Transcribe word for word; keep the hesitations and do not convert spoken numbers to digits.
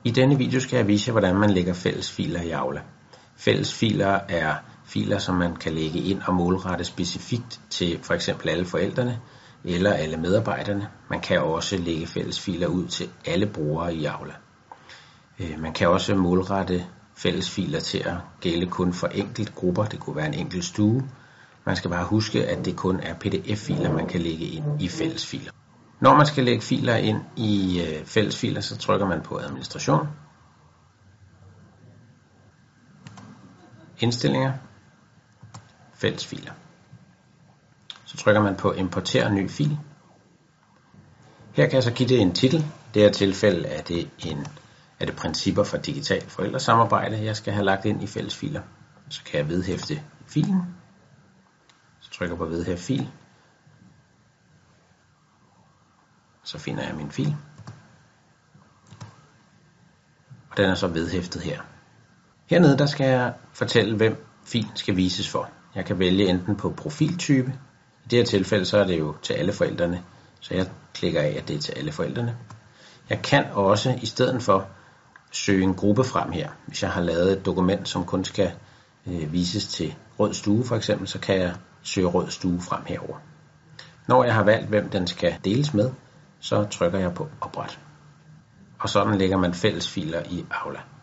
I denne video skal jeg vise jer, hvordan man lægger fællesfiler i Aula. Fællesfiler er filer, som man kan lægge ind og målrette specifikt til for eksempel alle forældrene eller alle medarbejderne. Man kan også lægge fællesfiler ud til alle brugere i Aula. Man kan også målrette fællesfiler til at gælde kun for enkelt grupper. Det kunne være en enkelt stue. Man skal bare huske, at det kun er P D F-filer, man kan lægge ind i fællesfiler. Når man skal lægge filer ind i fællesfiler, så trykker man på administration, indstillinger, fællesfiler. Så trykker man på importer ny fil. Her kan jeg så give det en titel. I det her tilfælde er det, en, er det principper for digitalt forældresamarbejde, jeg skal have lagt ind i fællesfiler. Så kan jeg vedhæfte filen. Så trykker jeg på vedhæft fil. Så finder jeg min fil. Og den er så vedhæftet her. Hernede der skal jeg fortælle, hvem filen skal vises for. Jeg kan vælge enten på profiltype. I det her tilfælde så er det jo til alle forældrene. Så jeg klikker af, at det er til alle forældrene. Jeg kan også i stedet for søge en gruppe frem her. Hvis jeg har lavet et dokument, som kun skal øh, vises til rød stue for eksempel, så kan jeg søge rød stue frem herover. Når jeg har valgt, hvem den skal deles med, så trykker jeg på opret. Og sådan lægger man fællesfiler i Aula.